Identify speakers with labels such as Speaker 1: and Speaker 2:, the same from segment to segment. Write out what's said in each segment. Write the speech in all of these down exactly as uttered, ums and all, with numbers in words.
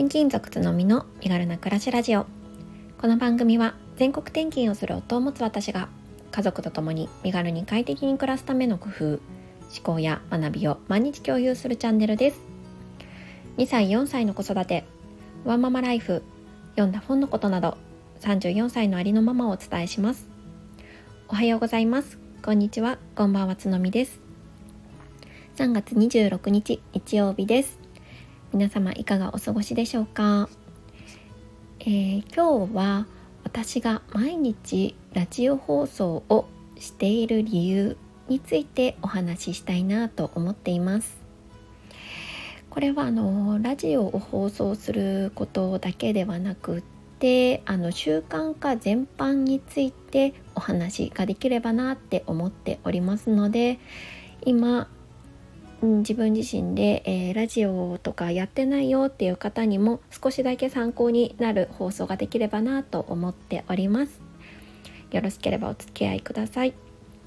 Speaker 1: 転勤族つのみの身軽な暮らしラジオ。この番組は全国転勤をする夫を持つ私が家族と共に身軽に快適に暮らすための工夫、思考や学びを毎日共有するチャンネルです。にさいよんさいの子育て、ワンママライフ、読んだ本のことなどさんじゅうよんさいのありのままをお伝えします。おはようございます、こんにちは、こんばんは、つのみです。さんがつにじゅうろくにち日曜日です。皆様いかがお過ごしでしょうか。えー、今日は私が毎日ラジオ放送をしている理由についてお話ししたいなと思っています。これはあのラジオを放送することだけではなくってあの習慣化全般についてお話ができればなって思っておりますので、今自分自身で、えー、ラジオとかやってないよっていう方にも少しだけ参考になる放送ができればなと思っております。よろしければお付き合いください。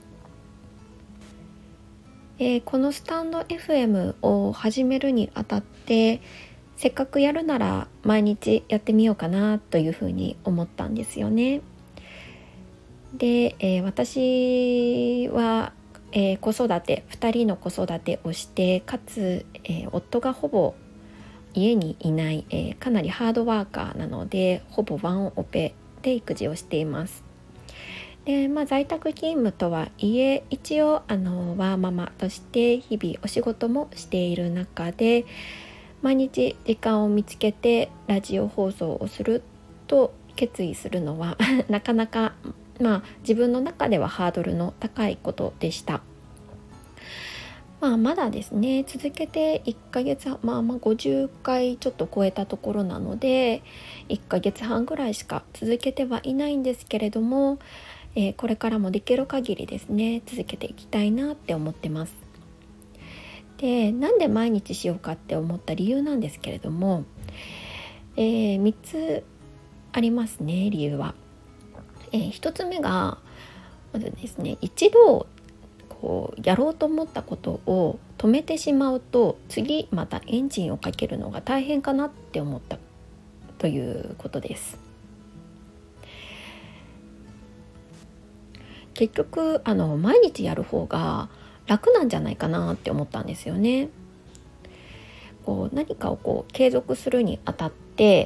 Speaker 1: えー、このスタンド エフエム を始めるにあたって、せっかくやるなら毎日やってみようかなというふうに思ったんですよね。で、えー、私はえー、子育てふたりの子育てをしてかつ、えー、夫がほぼ家にいない、えー、かなりハードワーカーなのでほぼワンオペで育児をしています。で、まあ、在宅勤務とはいえ一応あのワーママとして日々お仕事もしている中で毎日時間を見つけてラジオ放送をすると決意するのはなかなかまあ、自分の中ではハードルの高いことでした。まあ、まだですね続けていっかげつ、まあ、まあごじゅっかいちょっと超えたところなのでいっかげつはんぐらいしか続けてはいないんですけれども、えー、これからもできる限りですね続けていきたいなって思ってます。で、なんで毎日しようかって思った理由なんですけれども、えー、みっつありますね、理由は。えー、ひとつめがまずですね、一度こうやろうと思ったことを止めてしまうと次またエンジンをかけるのが大変かなって思ったということです。結局あの毎日やる方が楽なんじゃないかなって思ったんですよね。こう何かをこう継続するにあたって、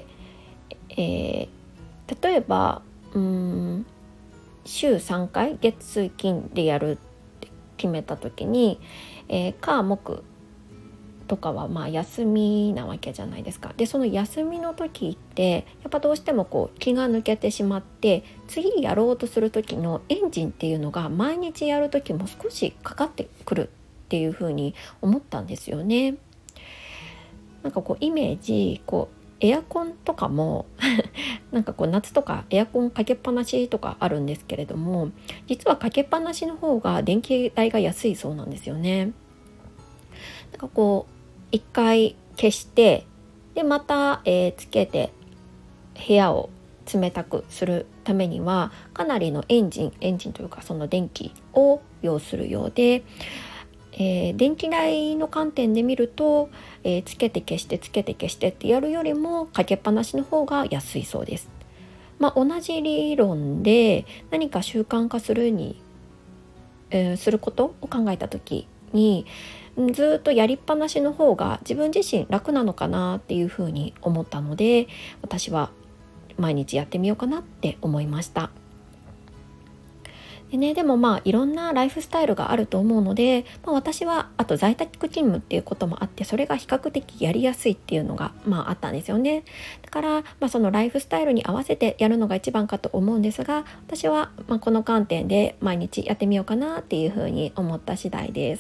Speaker 1: えー、例えばうーん週さんかい月水金でやるって決めた時に、えー、火木とかはまあ休みなわけじゃないですか。でその休みの時ってやっぱどうしてもこう気が抜けてしまって次やろうとする時のエンジンっていうのが毎日やる時も少しかかってくるっていう風に思ったんですよね。なんかこうイメージこうエアコンとかもなんかこう夏とかエアコンかけっぱなしとかあるんですけれども、実はかけっぱなしの方が電気代が安いそうなんですよね。なんかこう一回消してでまた、えーつけて部屋を冷たくするためにはかなりのエンジンエンジンというかその電気を要するようで、えー、電気代の観点で見ると、えー、つけて消してつけて消してってやるよりもかけっぱなしの方が安いそうです。まあ、同じ理論で何か習慣化するに、えー、することを考えた時にずっとやりっぱなしの方が自分自身楽なのかなっていうふうに思ったので私は毎日やってみようかなって思いました。でね、でもまあいろんなライフスタイルがあると思うので、まあ、私はあと在宅勤務っていうこともあってそれが比較的やりやすいっていうのがまああったんですよね。だから、まあ、そのライフスタイルに合わせてやるのが一番かと思うんですが私はまあこの観点で毎日やってみようかなっていうふうに思った次第です。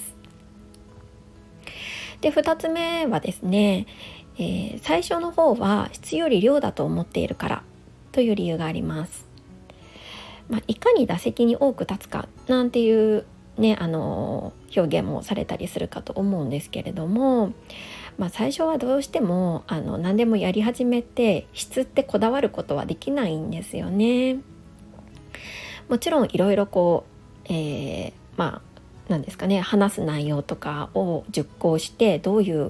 Speaker 1: でふたつめはですね、えー、最初の方は質より量だと思っているからという理由があります。まあ、いかに打席に多く立つかなんていう、ね、あの表現もされたりするかと思うんですけれども、まあ、最初はどうしてもあの何でもやり始めて質ってこだわることはできないんですよね。もちろんいろいろこう、えー、まあなんですかね話す内容とかを熟考してどういう、まあ、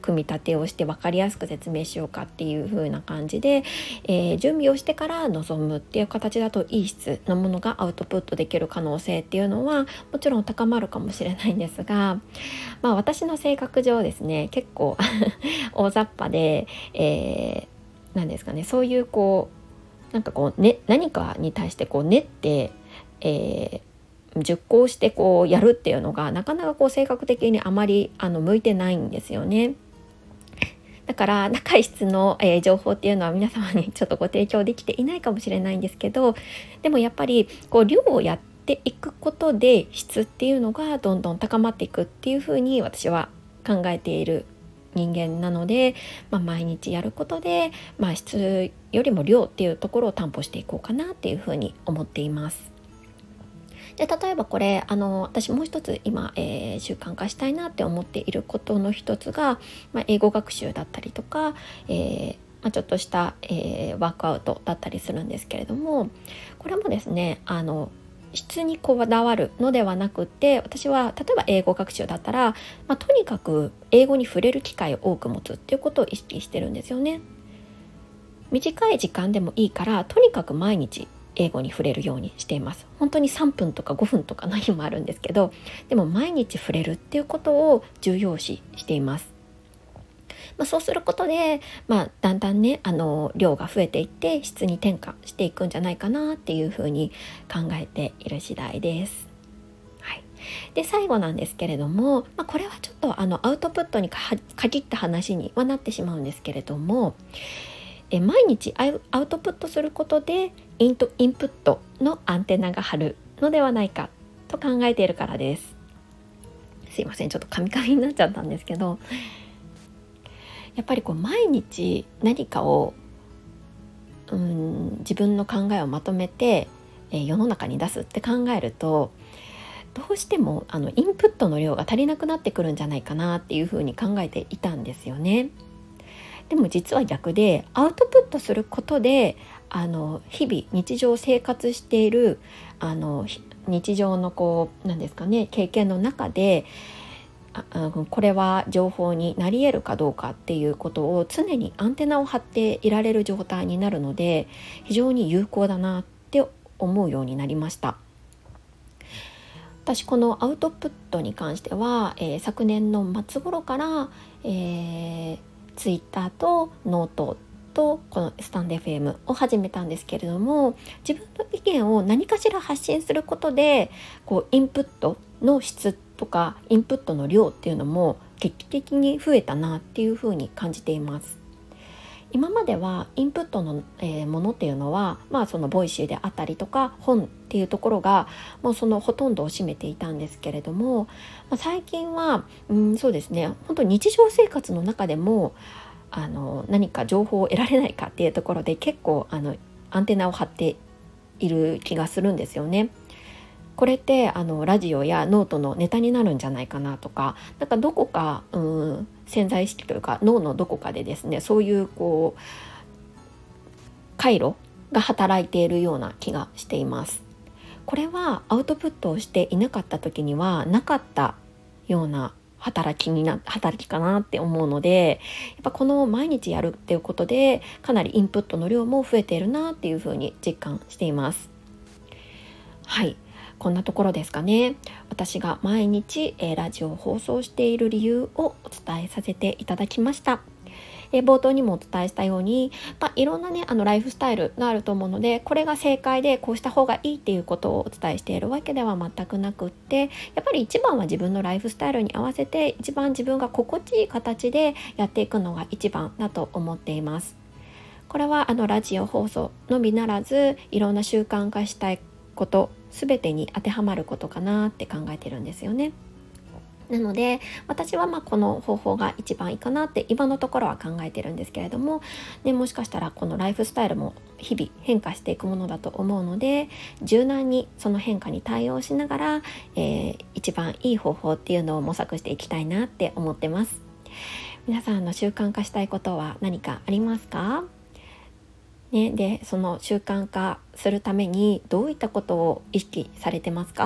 Speaker 1: 組み立てをして分かりやすく説明しようかっていう風な感じで、えー、準備をしてから臨むっていう形だといい質のものがアウトプットできる可能性っていうのはもちろん高まるかもしれないんですが、まあ、私の性格上ですね結構大雑把で、えー、なんですかねそういうこうなんかこう、ね、何かに対してこう練って、えー、熟考してこうやるっていうのがなかなかこう性格的にあまりあの向いてないんですよね。だから高い質の、えー、情報っていうのは皆様にちょっとご提供できていないかもしれないんですけど、でもやっぱりこう量をやっていくことで質っていうのがどんどん高まっていくっていうふうに私は考えている人間なので、まあ、毎日やることで、まあ、質よりも量っていうところを担保していこうかなっていうふうに思っています。で例えばこれあの私もう一つ今、えー、習慣化したいなって思っていることの一つが、まあ、英語学習だったりとか、えーまあ、ちょっとした、えー、ワークアウトだったりするんですけれども、これもですねあの質にこだわるのではなくて、私は例えば英語学習だったら、まあ、とにかく英語に触れる機会を多く持つっていうことを意識してるんですよね。短い時間でもいいからとにかく毎日英語に触れるようにしています。本当にさんぷんとかごふんとかの日もあるんですけど、でも毎日触れるっていうことを重要視しています。まあ、そうすることで、まあ、だんだんねあの量が増えていって質に転化していくんじゃないかなっていうふうに考えている次第です。はい、で最後なんですけれども、まあ、これはちょっとあのアウトプットに限った話にはなってしまうんですけれども、え毎日アウトプットすることでイントインプットのアンテナが張るのではないかと考えているからです。すいませんちょっとカミカミになっちゃったんですけど、やっぱりこう毎日何かをうーん自分の考えをまとめて、えー、世の中に出すって考えるとどうしてもあのインプットの量が足りなくなってくるんじゃないかなっていうふうに考えていたんですよね。でも実は逆でアウトプットすることであの日々日常生活しているあの日常のこうなんですかね経験の中でああこれは情報になり得るかどうかっていうことを常にアンテナを張っていられる状態になるので非常に有効だなって思うようになりました。私このアウトプットに関しては、えー、昨年の末頃から、えーツイッターとノートとこのスタンド エフエム を始めたんですけれども、自分の意見を何かしら発信することでこうインプットの質とかインプットの量っていうのも劇的に増えたなっていうふうに感じています。今まではインプットの、えー、ものっていうのは、まあ、そのボイシーであったりとか本っていうところがもうそのほとんどを占めていたんですけれども、まあ、最近は、うん、そうですね本当に日常生活の中でもあの何か情報を得られないかっていうところで結構あのアンテナを張っている気がするんですよね。これってあのラジオやノートのネタになるんじゃないかなとか、なんかどこかうん潜在意識というか脳のどこかでですねそういうこう回路が働いているような気がしています。これはアウトプットをしていなかった時にはなかったような働きにな働きかなって思うので、やっぱこの毎日やるっていうことでかなりインプットの量も増えているなっていうふうに実感しています。はい、こんなところですかね。私が毎日、えー、ラジオを放送している理由をお伝えさせていただきました。えー、冒頭にもお伝えしたように、まあ、いろんなねあのライフスタイルがあると思うので、これが正解でこうした方がいいっていうことをお伝えしているわけでは全くなくって、やっぱり一番は自分のライフスタイルに合わせて一番自分が心地いい形でやっていくのが一番だと思っています。これはあのラジオ放送のみならずいろんな習慣化したいこと全てに当てはまることかなって考えてるんですよね。なので私はまあこの方法が一番いいかなって今のところは考えてるんですけれども、ね、もしかしたらこのライフスタイルも日々変化していくものだと思うので、柔軟にその変化に対応しながら、えー、一番いい方法っていうのを模索していきたいなって思ってます。皆さんの習慣化したいことは何かありますか？ね、でその習慣化するためにどういったことを意識されてますか？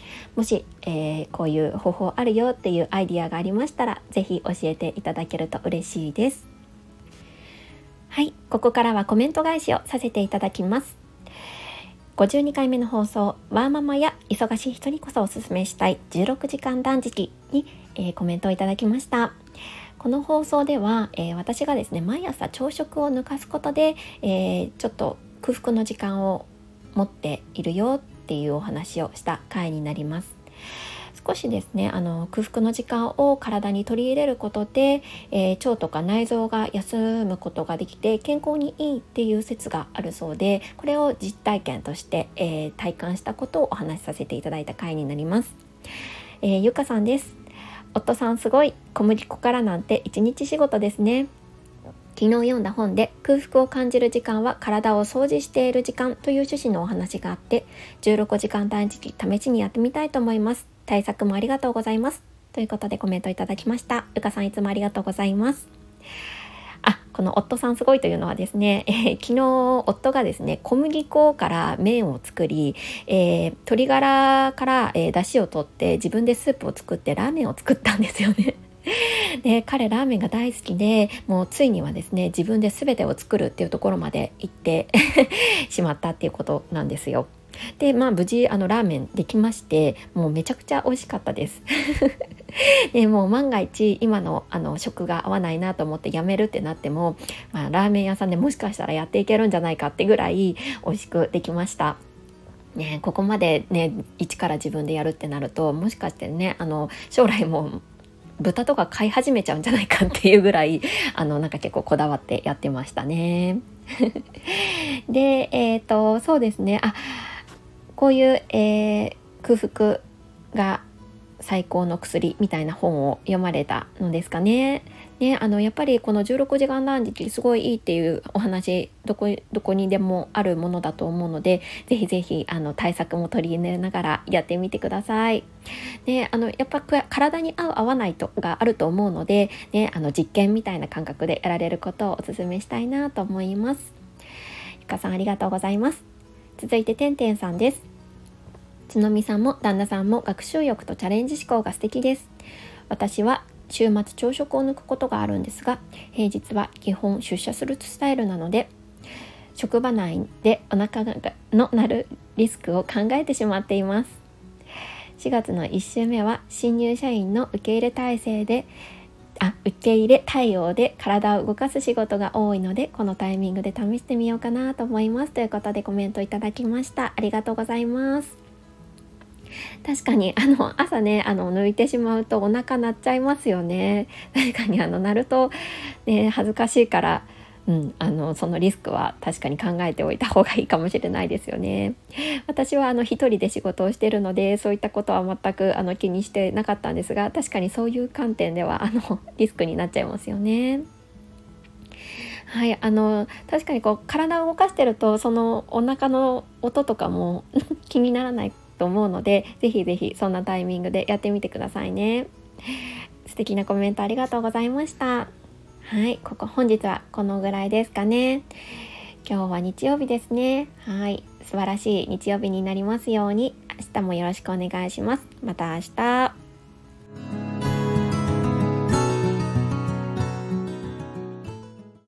Speaker 1: もし、えー、こういう方法あるよっていうアイディアがありましたら、ぜひ教えていただけると嬉しいです。はい、ここからはコメント返しをさせていただきます。ごじゅうにかいめの放送、ワーママや忙しい人にこそおすすめしたいじゅうろくじかん断食に、えー、コメントをいただきました。この放送では、えー、私がですね、毎朝朝食を抜かすことで、えー、ちょっと空腹の時間を持っているよっていうお話をした回になります。少しですね、あの空腹の時間を体に取り入れることで、えー、腸とか内臓が休むことができて健康にいいっていう説があるそうで、これを実体験として、えー、体感したことをお話しさせていただいた回になります。えー、ゆかさんです。夫さんすごい、小麦粉からなんて一日仕事ですね。昨日読んだ本で空腹を感じる時間は体を掃除している時間という趣旨のお話があって、じゅうろくじかん断食試しにやってみたいと思います。対策もありがとうございます。ということでコメントいただきました。ゆかさんいつもありがとうございます。あ、この夫さんすごいというのはですね、えー、昨日夫がですね、小麦粉から麺を作り、えー、鶏ガラから、えー、出汁を取って自分でスープを作ってラーメンを作ったんですよね。で、彼ラーメンが大好きで、もうついにはですね、自分で全てを作るっていうところまで行ってしまったっていうことなんですよ。で、まあ無事あのラーメンできまして、もうめちゃくちゃ美味しかったですでもう万が一今のあの食が合わないなと思ってやめるってなっても、まあ、ラーメン屋さんでもしかしたらやっていけるんじゃないかってぐらい美味しくできました。ね、ここまでね一から自分でやるってなると、もしかしてね、あの将来も豚とか飼い始めちゃうんじゃないかっていうぐらい、あのなんか結構こだわってやってましたねで、えっとそうですね、あ、こういう、えー、空腹が最高の薬みたいな本を読まれたのですかね。ね、あのやっぱりこのじゅうろくじかん断食すごいいいっていうお話、どこどこにでもあるものだと思うので、ぜひぜひあの対策も取り入れながらやってみてください。で、あのやっぱ体に合う合わないとがあると思うので、ね、あの実験みたいな感覚でやられることをお勧めしたいなと思います。ゆかさんありがとうございます。続いててんてんさんです。つのみさんも旦那さんも学習欲とチャレンジ志向が素敵です。私は週末朝食を抜くことがあるんですが、平日は基本出社するスタイルなので、職場内でお腹の鳴るリスクを考えてしまっています。しがつのいっ週目は新入社員の受け入れ体制であ受け入れ対応で体を動かす仕事が多いので、このタイミングで試してみようかなと思います。ということでコメントいただきました。ありがとうございます。確かにあの朝ね、あの抜いてしまうとお腹鳴っちゃいますよね。確かにあの鳴ると、ね、恥ずかしいから、うん、あのそのリスクは確かに考えておいた方がいいかもしれないですよね。私はあの一人で仕事をしているので、そういったことは全くあの気にしてなかったんですが、確かにそういう観点ではあのリスクになっちゃいますよね。はい、あの確かにこう体を動かしてると、そのお腹の音とかも気にならないと思うので、ぜひぜひそんなタイミングでやってみてくださいね。素敵なコメントありがとうございました。はい、ここ本日はこのぐらいですかね。今日は日曜日ですね。はい、素晴らしい日曜日になりますように。明日もよろしくお願いします。また明日。